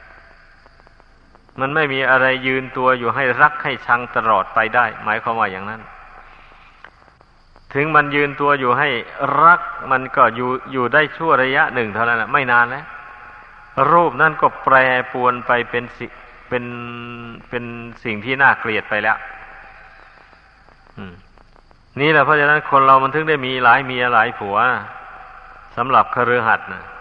มันไม่มีอะไรยืนตัวอยู่ให้รักให้ชังตลอดไปได้หมายความว่าอย่างนั้นถึงมันยืนตัวอยู่ให้รักมันก็อยู่อยู่ได้ชั่วระยะหนึ่งเท่านั้นแหละไม่นานแล้วรูปนั่นก็แปรปรวนไปเป็นสิเป็นเป็นสิ่งที่น่าเกลียดไปแล้วนี่แหละเพราะฉะนั้นคนเรามันถึงได้มีหลายเมียหลายผัวสำหรับคฤหัสถ์นะ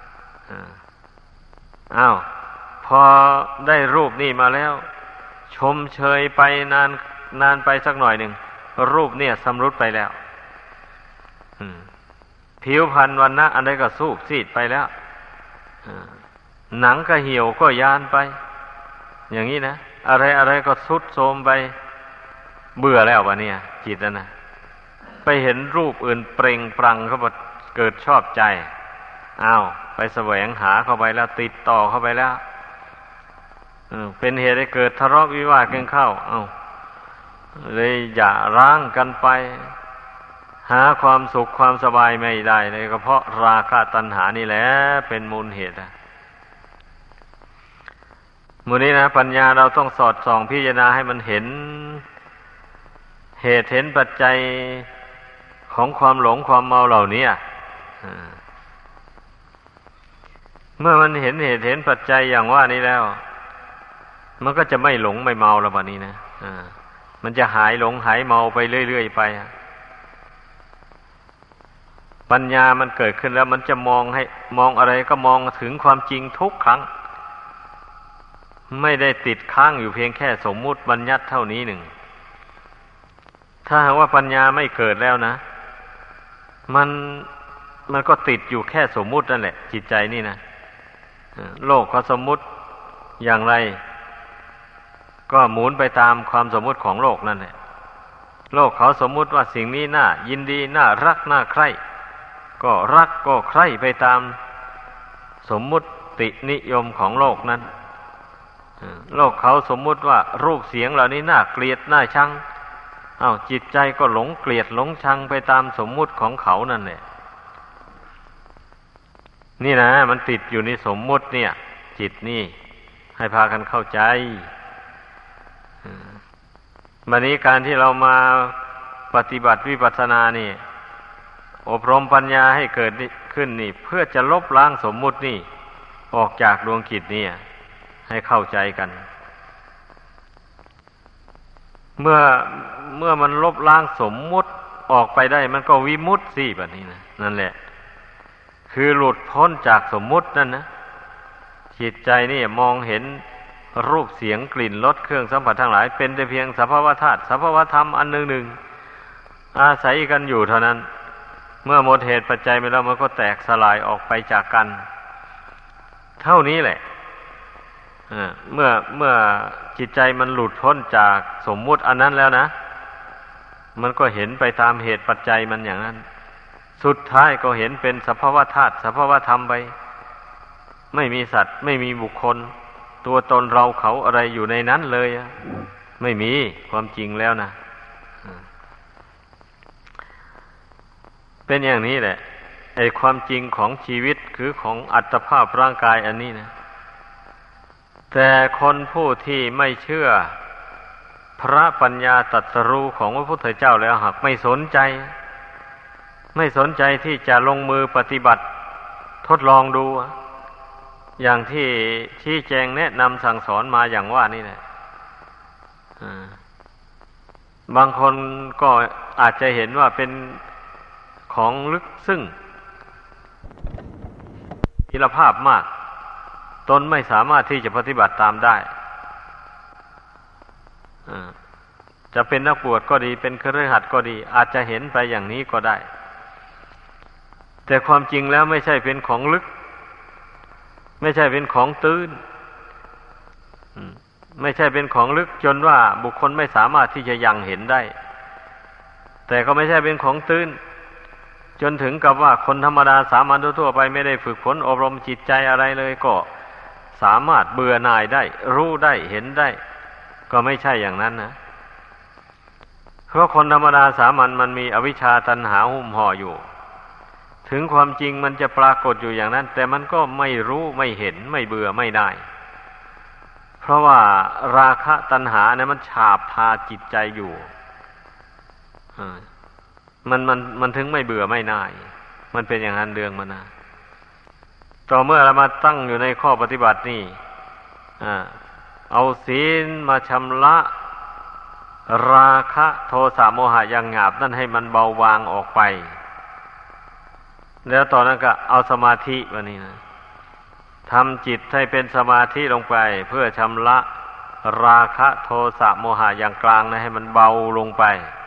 อ้าวพอได้รูปนี่มาแล้วชมเชยไปนานนานไปสักหน่อยหนึ่งรูปเนี่ยสำรุดไปแล้วผิวพรรณวรรณะอันใดก็สูบซีดไปแล้วหนังก็เหี่ยวก็ยานไปอย่างนี้นะอะไรอะไรก็ทรุดโทรมไปเบื่อแล้ววะเนี่ยจิตนั่นนะไปเห็นรูปอื่นเปล่งปลั่งเข้าไปเกิดชอบใจอ้าวไปแสวงหาเข้าไปแล้วติดต่อเข้าไปแล้วเป็นเหตุให้เกิดทะเลาะวิวาทกันเข้าเอ้าเลยอย่าร้างกันไปหาความสุขความสบายไม่ได้เลยก็เพราะราคะตัณหานี่แหละเป็นมูลเหตุมูนี้นะปัญญาเราต้องสอดส่องพิจารณาให้มันเห็นเหตุเห็นปัจจัยของความหลงความเมาเหล่านี้เมื่อมันเห็นเหตุเห็นปัจจัยอย่างว่านี้แล้วมันก็จะไม่หลงไม่เมาแล้วบัดนี้นะมันจะหายหลงหายเมาไปเรื่อยๆไปปัญญามันเกิดขึ้นแล้วมันจะมองให้มองอะไรก็มองถึงความจริงทุกครั้งไม่ได้ติดค้างอยู่เพียงแค่สมมุติบัญญัติเท่านี้หนึ่งถ้าหากว่าปัญญาไม่เกิดแล้วนะมันมันก็ติดอยู่แค่สมมุตินั่นแหละจิตใจนี่นะโลกเขาสมมุติอย่างไรก็หมุนไปตามความสมมุติของโลกนั่นแหละโลกเขาสมมุติว่าสิ่งนี้น่ายินดีน่ารักน่าใคร่ก็รักก็ใคร่ไปตามสมมุตินิยมของโลกนั้นโลกเขาสมมุติว่ารูปเสียงเหล่านี้น่าเกลียดน่าชังอ้าวจิตใจก็หลงเกลียดหลงชังไปตามสมมุติของเขานั่นแหละนี่นะมันติดอยู่ในสมมุติเนี่ยจิตนี่ให้พากันเข้าใจวันนี้การที่เรามาปฏิบัติวิปัสสนานี่อบรมปัญญาให้เกิดขึ้นนี่เพื่อจะลบล้างสมมุตินี่ออกจากดวงจิตนี่ให้เข้าใจกันเมื่อเมื่อมันลบล้างสมมุติออกไปได้มันก็วิมุตติสิแบบนี้นะนั่นแหละคือหลุดพ้นจากสมมุตินั่นนะจิตใจนี่มองเห็นรูปเสียงกลิ่นรสเครื่องสัมผัสทั้งหลายเป็นแต่เพียงสภาวะธาตุสภาวะธรรมอันหนึ่งหนึ่งอาศัยกันอยู่เท่านั้นเมื่อหมดเหตุปัจจัยไปแล้วมันก็แตกสลายออกไปจากกันเท่านี้แหละเมื่อเมื่อจิตใจมันหลุดพ้นจากสมมุติอันนั้นแล้วนะมันก็เห็นไปตามเหตุปัจจัยมันอย่างนั้นสุดท้ายก็เห็นเป็นสภาวะธาตุสภาวะธรรมไปไม่มีสัตว์ไม่มีบุคคลตัวตนเราเขาอะไรอยู่ในนั้นเลยไม่มีความจริงแล้วนะเป็นอย่างนี้แหละไอ้ความจริงของชีวิตคือของอัตภาพร่างกายอันนี้นะแต่คนผู้ที่ไม่เชื่อพระปัญญาตรัสรู้ของพระพุทธเจ้าแล้วหากไม่สนใจไม่สนใจที่จะลงมือปฏิบัติทดลองดูอย่างที่ชี้แจงแนะนำสั่งสอนมาอย่างว่านี่แหละบางคนก็อาจจะเห็นว่าเป็นของลึกซึ้งอิรภาพมากตนไม่สามารถที่จะปฏิบัติตามได้จะเป็นนักบวชก็ดีเป็นคฤหัสถ์ก็ดีอาจจะเห็นไปอย่างนี้ก็ได้แต่ความจริงแล้วไม่ใช่เป็นของลึกไม่ใช่เป็นของตื้นไม่ใช่เป็นของลึกจนว่าบุคคลไม่สามารถที่จะยังเห็นได้แต่ก็ไม่ใช่เป็นของตื้นจนถึงกับว่าคนธรรมดาสามัญทั่วไปไม่ได้ฝึกฝนอบรมจิตใจอะไรเลยก็สามารถเบื่อหน่ายได้รู้ได้เห็นได้ก็ไม่ใช่อย่างนั้นนะเพราะคนธรรมดาสามัญมันมีอวิชชาตัณหาหุ้มห่ออยู่ถึงความจริงมันจะปรากฏอยู่อย่างนั้นแต่มันก็ไม่รู้ไม่เห็นไม่เบื่อไม่ได้เพราะว่าราคะตัณหาเนี่ยมันฉาบทาจิตใจอยู่มันมันมันถึงไม่เบื่อไม่น่ายมันเป็นอย่างนั้นเรื่องมันนะต่อเมื่อเรามาตั้งอยู่ในข้อปฏิบัตินี่เอาศีลมาชำระราคะโทสะโมหะอย่างหยาบนั่นให้มันเบาบางออกไปแล้วตอนนั้นก็เอาสมาธิวันนี้นะทำจิตให้เป็นสมาธิลงไปเพื่อชำระราคะโทสะโมหะอย่างกลางนะให้มันเบาลงไป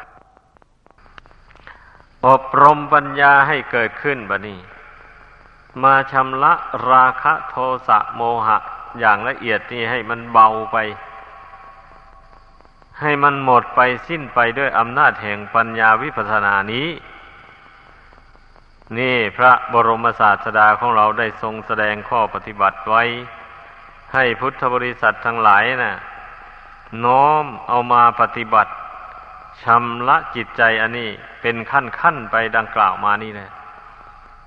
อบรมปัญญาให้เกิดขึ้นบัดนี้มาชำระราคะโทสะโมหะอย่างละเอียดนี่ให้มันเบาไปให้มันหมดไปสิ้นไปด้วยอำนาจแห่งปัญญาวิปัสสนานี้นี่พระบรมศาสดาของเราได้ทรงแสดงข้อปฏิบัติไว้ให้พุทธบริษัททั้งหลายน่ะน้อมเอามาปฏิบัติชำระจิตใจอันนี้เป็นขั้นๆไปดังกล่าวมานี่แหละ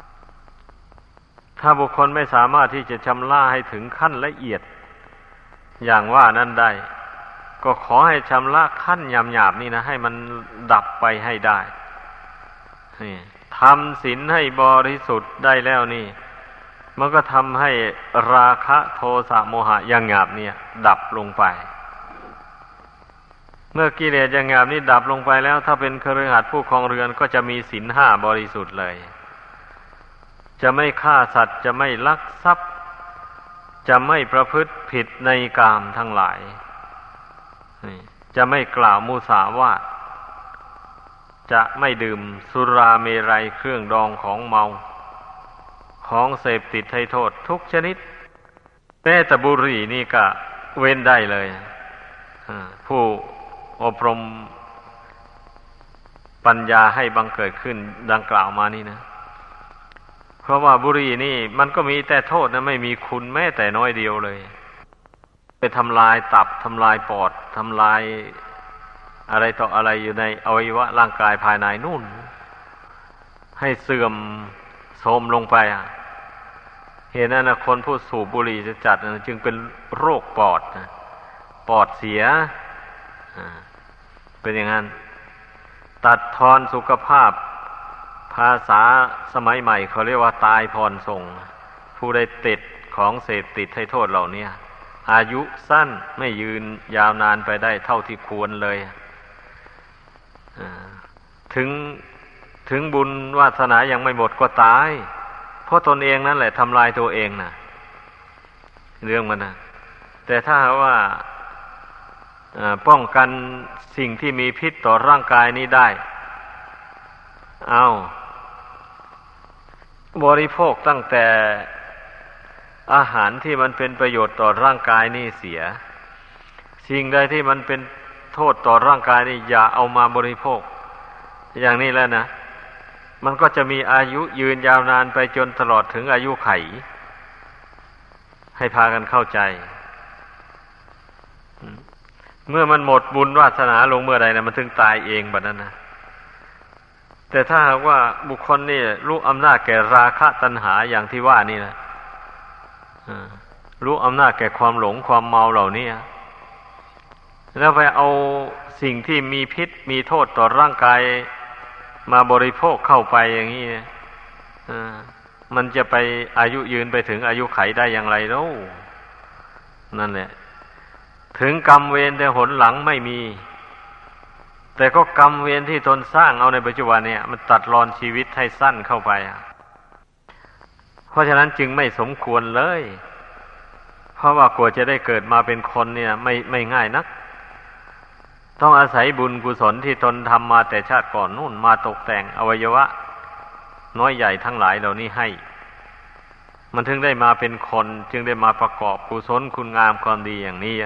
ถ้าบุคคลไม่สามารถที่จะชำระให้ถึงขั้นละเอียดอย่างว่านั้นได้ก็ขอให้ชำระขั้นหยาบๆนี่นะให้มันดับไปให้ได้ทำศีลให้บริสุทธิ์ได้แล้วนี่มันก็ทำให้ราคะโทสะโมหะอย่างหยาบเนี่ยดับลงไปเมื่อกิเลสอย่างหยาบนี้ดับลงไปแล้วถ้าเป็นคฤหัสถ์ผู้ครองเรือนก็จะมีศีลห้าบริสุทธิ์เลยจะไม่ฆ่าสัตว์จะไม่ลักทรัพย์จะไม่ประพฤติผิดในกามทั้งหลายจะไม่กล่าวมุสาวาทจะไม่ดื่มสุราเมรัยเครื่องดองของเมาของเสพติดให้โทษทุกชนิดแม้แต่บุหรี่นี่ก็เว้นได้เลยผู้อบรมปัญญาให้บังเกิดขึ้นดังกล่าวมานี่นะเพราะว่าบุหรี่นี่มันก็มีแต่โทษนะไม่มีคุณแม้แต่น้อยเดียวเลยไปทำลายตับทำลายปอดทำลายอะไรต่ออะไรอยู่ในอวัยวะร่างกายภายในนู่นให้เสื่อมโทรมลงไปอ่ะเหตุนั้นนะคนผู้สูบบุหรี่จะจัดนะจึงเป็นโรคปอดนะปอดเสียเป็นอย่างนั้นตัดทอนสุขภาพภาษาสมัยใหม่เขาเรียกว่าตายพรส่งผู้ใดติดของเสพติดให้โทษเหล่านี้อายุสั้นไม่ยืนยาวนานไปได้เท่าที่ควรเลยถึงถึงบุญวาสนายังไม่หมดก็ตายเพราะตนเองนั่นแหละทำลายตัวเองนะเรื่องมันนะแต่ถ้าว่าป้องกันสิ่งที่มีพิษต่อร่างกายนี้ได้เอาบริโภคตั้งแต่อาหารที่มันเป็นประโยชน์ต่อร่างกายนี่เสียสิ่งใดที่มันเป็นโทษต่อร่างกายนี่อย่าเอามาบริโภคอย่างนี้แล้วนะมันก็จะมีอายุยืนยาวนานไปจนตลอดถึงอายุไขให้พากันเข้าใจเมื่อมันหมดบุญวาสนาลงเมื่อใดนะมันถึงตายเองแบบนั้นนะแต่ถ้าหากว่าบุคคลนี่รู้อำนาจแก่ราคะตัณหาอย่างที่ว่านี่นะรู้อำนาจแก่ความหลงความเมาเหล่านี้แล้วไปเอาสิ่งที่มีพิษมีโทษต่อร่างกายมาบริโภคเข้าไปอย่างนี้มันจะไปอายุยืนไปถึงอายุไขได้อย่างไรแล้วนั่นแหละถึงกรรมเวรแต่หนหลังไม่มีแต่ก็กรรมเวรที่ตนสร้างเอาในปัจจุบันเนี่ยมันตัดรอนชีวิตให้สั้นเข้าไปเพราะฉะนั้นจึงไม่สมควรเลยเพราะว่ากว่าจะได้เกิดมาเป็นคนเนี่ยไม่ไม่ง่ายนักต้องอาศัยบุญกุศลที่ตนทำมาแต่ชาติก่อนนู่นมาตกแต่งอวัยวะน้อยใหญ่ทั้งหลายเหล่านี้ให้มันถึงได้มาเป็นคนจึงได้มาประกอบกุศลคุณงามความดีอย่างนี้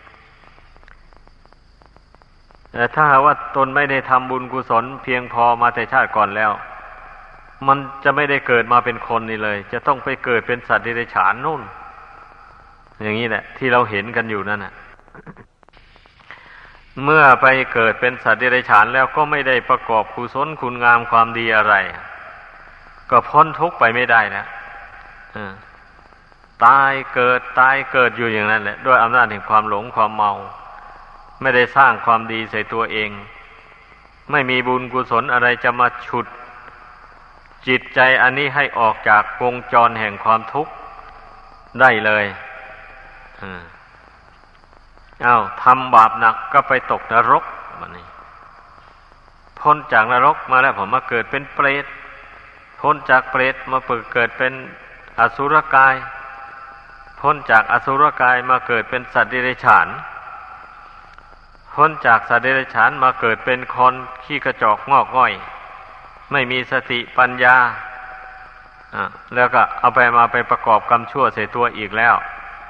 แต่ถ้าหากว่าตนไม่ได้ทำบุญกุศลเพียงพอมาแต่ชาติก่อนแล้วมันจะไม่ได้เกิดมาเป็นคนนี่เลยจะต้องไปเกิดเป็นสัตว์เดรัจฉานนู่นอย่างนี้แหละที่เราเห็นกันอยู่นั่นน่ะเมื่อไปเกิดเป็นสัตว์เดรัจฉานแล้วก็ไม่ได้ประกอบกุศลคุณงามความดีอะไรก็พ้นทุกข์ไปไม่ได้นะตายเกิดตายเกิดอยู่อย่างนั้นแหละด้วยอำนาจแห่งความหลงความเมาไม่ได้สร้างความดีใส่ตัวเองไม่มีบุญกุศลอะไรจะมาฉุดจิตใจอันนี้ให้ออกจากวงจรแห่งความทุกข์ได้เลยอ้าวทำบาปหนักก็ไปตกนรกมันนี่พ้นจากนรกมาแล้วผมมาเกิดเป็นเปรตพ้นจากเปรตมาเกิดเป็นอสุรกายพ้นจากอสุรกายมาเกิดเป็นสัตว์เดรัจฉานพ้นจากสัตว์เดรัจฉานมาเกิดเป็นคนขี้กระจอกงอกง่อยไม่มีสติปัญญาอ่ะแล้วก็เอาไปมาไปประกอบกรรมชั่วใส่ตัวอีกแล้ว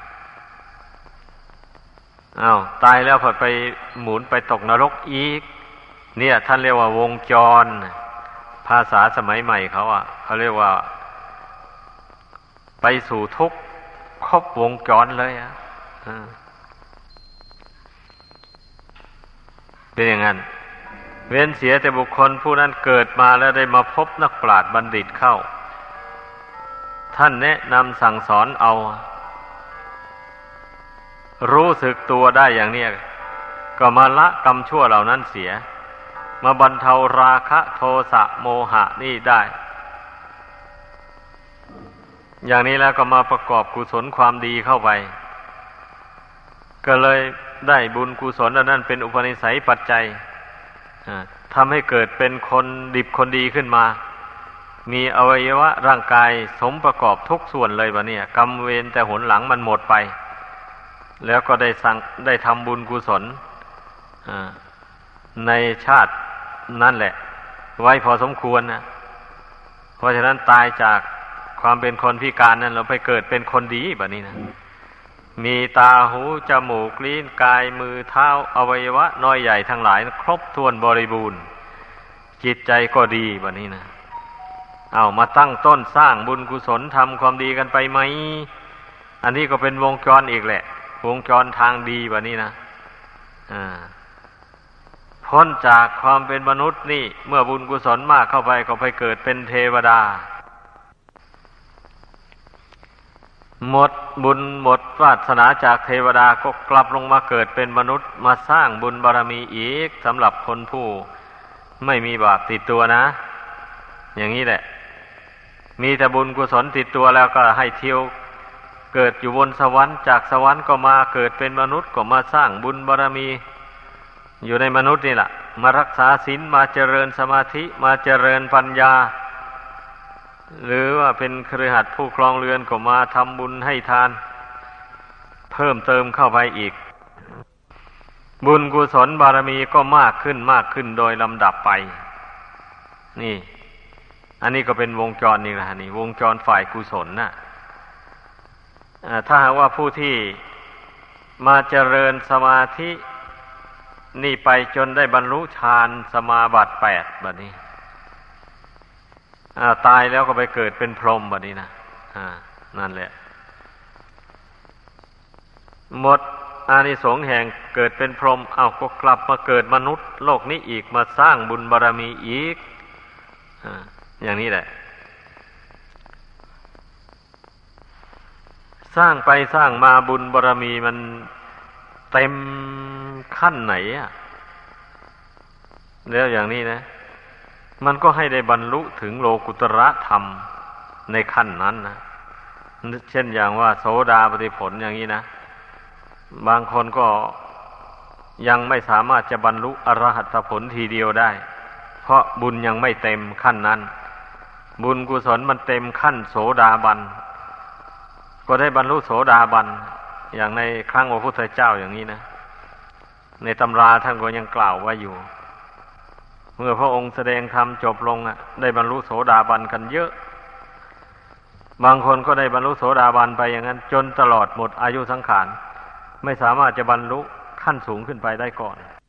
อ้าวตายแล้วพอไปหมุนไปตกนรกอีกเนี่ยท่านเรียกว่าวงจรภาษาสมัยใหม่เขาอ่ะเขาเรียกว่าไปสู่ทุกข์ครบวงจรเลยอ่ะเป็นอย่างนั้นเว้นเสียแต่บุคคลผู้นั้นเกิดมาแล้วได้มาพบนักปราชญ์บัณฑิตเข้าท่านแนะนำสั่งสอนเอารู้สึกตัวได้อย่างเนี้ยก็มาละกรรมชั่วเหล่านั้นเสียมาบรรเทาราคะโทสะโมหะนี่ได้อย่างนี้แล้วก็มาประกอบกุศลความดีเข้าไปก็เลยได้บุญกุศลอันนั้นเป็นอุปนิสัยปัจจัยทำให้เกิดเป็นคนดิบคนดีขึ้นมามีอวัยวะร่างกายสมประกอบทุกส่วนเลยบัดนี้กรรมเวรแต่หนหลังมันหมดไปแล้วก็ได้สั่งได้ทำบุญกุศลในชาตินั่นแหละไว้พอสมควรนะเพราะฉะนั้นตายจากความเป็นคนพิการนั้นเราไปเกิดเป็นคนดีบัดนี้นะมีตาหูจมูกลิ้นกายมือเท้าอวัยวะน้อยใหญ่ทั้งหลายครบถ้วนบริบูรณ์จิตใจก็ดีบัดนี้นะเอามาตั้งต้นสร้างบุญกุศลทำความดีกันไปไหมอันนี้ก็เป็นวงจรอีกแหละวงจรทางดีบัดนี้นะอ่าพ้นจากความเป็นมนุษย์นี่เมื่อบุญกุศลมากเข้าไปก็ไปเกิดเป็นเทวดาหมดบุญหมดวาสนาจากเทวดาก็กลับลงมาเกิดเป็นมนุษย์มาสร้างบุญบารมีอีกสำหรับคนผู้ไม่มีบาปติดตัวนะอย่างนี้แหละมีแต่บุญกุศลติดตัวแล้วก็ให้เที่ยวเกิดอยู่บนสวรรค์จากสวรรค์ก็มาเกิดเป็นมนุษย์ก็มาสร้างบุญบารมีอยู่ในมนุษย์นี่แหละมารักษาศีลมาเจริญสมาธิมาเจริญปัญญาหรือว่าเป็นคฤหัสถ์ผู้ครองเรือนก็มาทำบุญให้ทานเพิ่มเติมเข้าไปอีกบุญกุศลบารมีก็มากขึ้นมากขึ้นโดยลำดับไปนี่อันนี้ก็เป็นวงจรนี่แหละนี่วงจรฝ่ายกุศลน่ะถ้าหากว่าผู้ที่มาเจริญสมาธินี่ไปจนได้บรรลุฌานสมาบัติแปดบัดนี้อ่าตายแล้วก็ไปเกิดเป็นพรหมบัดนี้นะอ่านั่นแหละหมดอานิสงส์แห่งเกิดเป็นพรหมเอาก็กลับมาเกิดมนุษย์โลกนี้อีกมาสร้างบุญบารมีอีกอ่าอย่างนี้แหละสร้างไปสร้างมาบุญบารมีมันเต็มขั้นไหนอ่ะแล้วอย่างนี้นะมันก็ให้ได้บรรลุถึงโลกุตระธรรมในขั้นนั้นนะเช่นอย่างว่าโสดาปัตติผลอย่างนี้นะบางคนก็ยังไม่สามารถจะบรรลุอรหัตผลทีเดียวได้เพราะบุญยังไม่เต็มขั้นนั้นบุญกุศลมันเต็มขั้นโสดาบันก็ได้บรรลุโสดาบันอย่างในครั้งพระพุทธเจ้าอย่างนี้นะในตำราท่านก็ยังกล่าวไว้อยู่เมื่อพระองค์แสดงธรรมจบลงอ่ะได้บรรลุโสดาบันกันเยอะบางคนก็ได้บรรลุโสดาบันไปอย่างนั้นจนตลอดหมดอายุสังขารไม่สามารถจะบรรลุขั้นสูงขึ้นไปได้ก่อน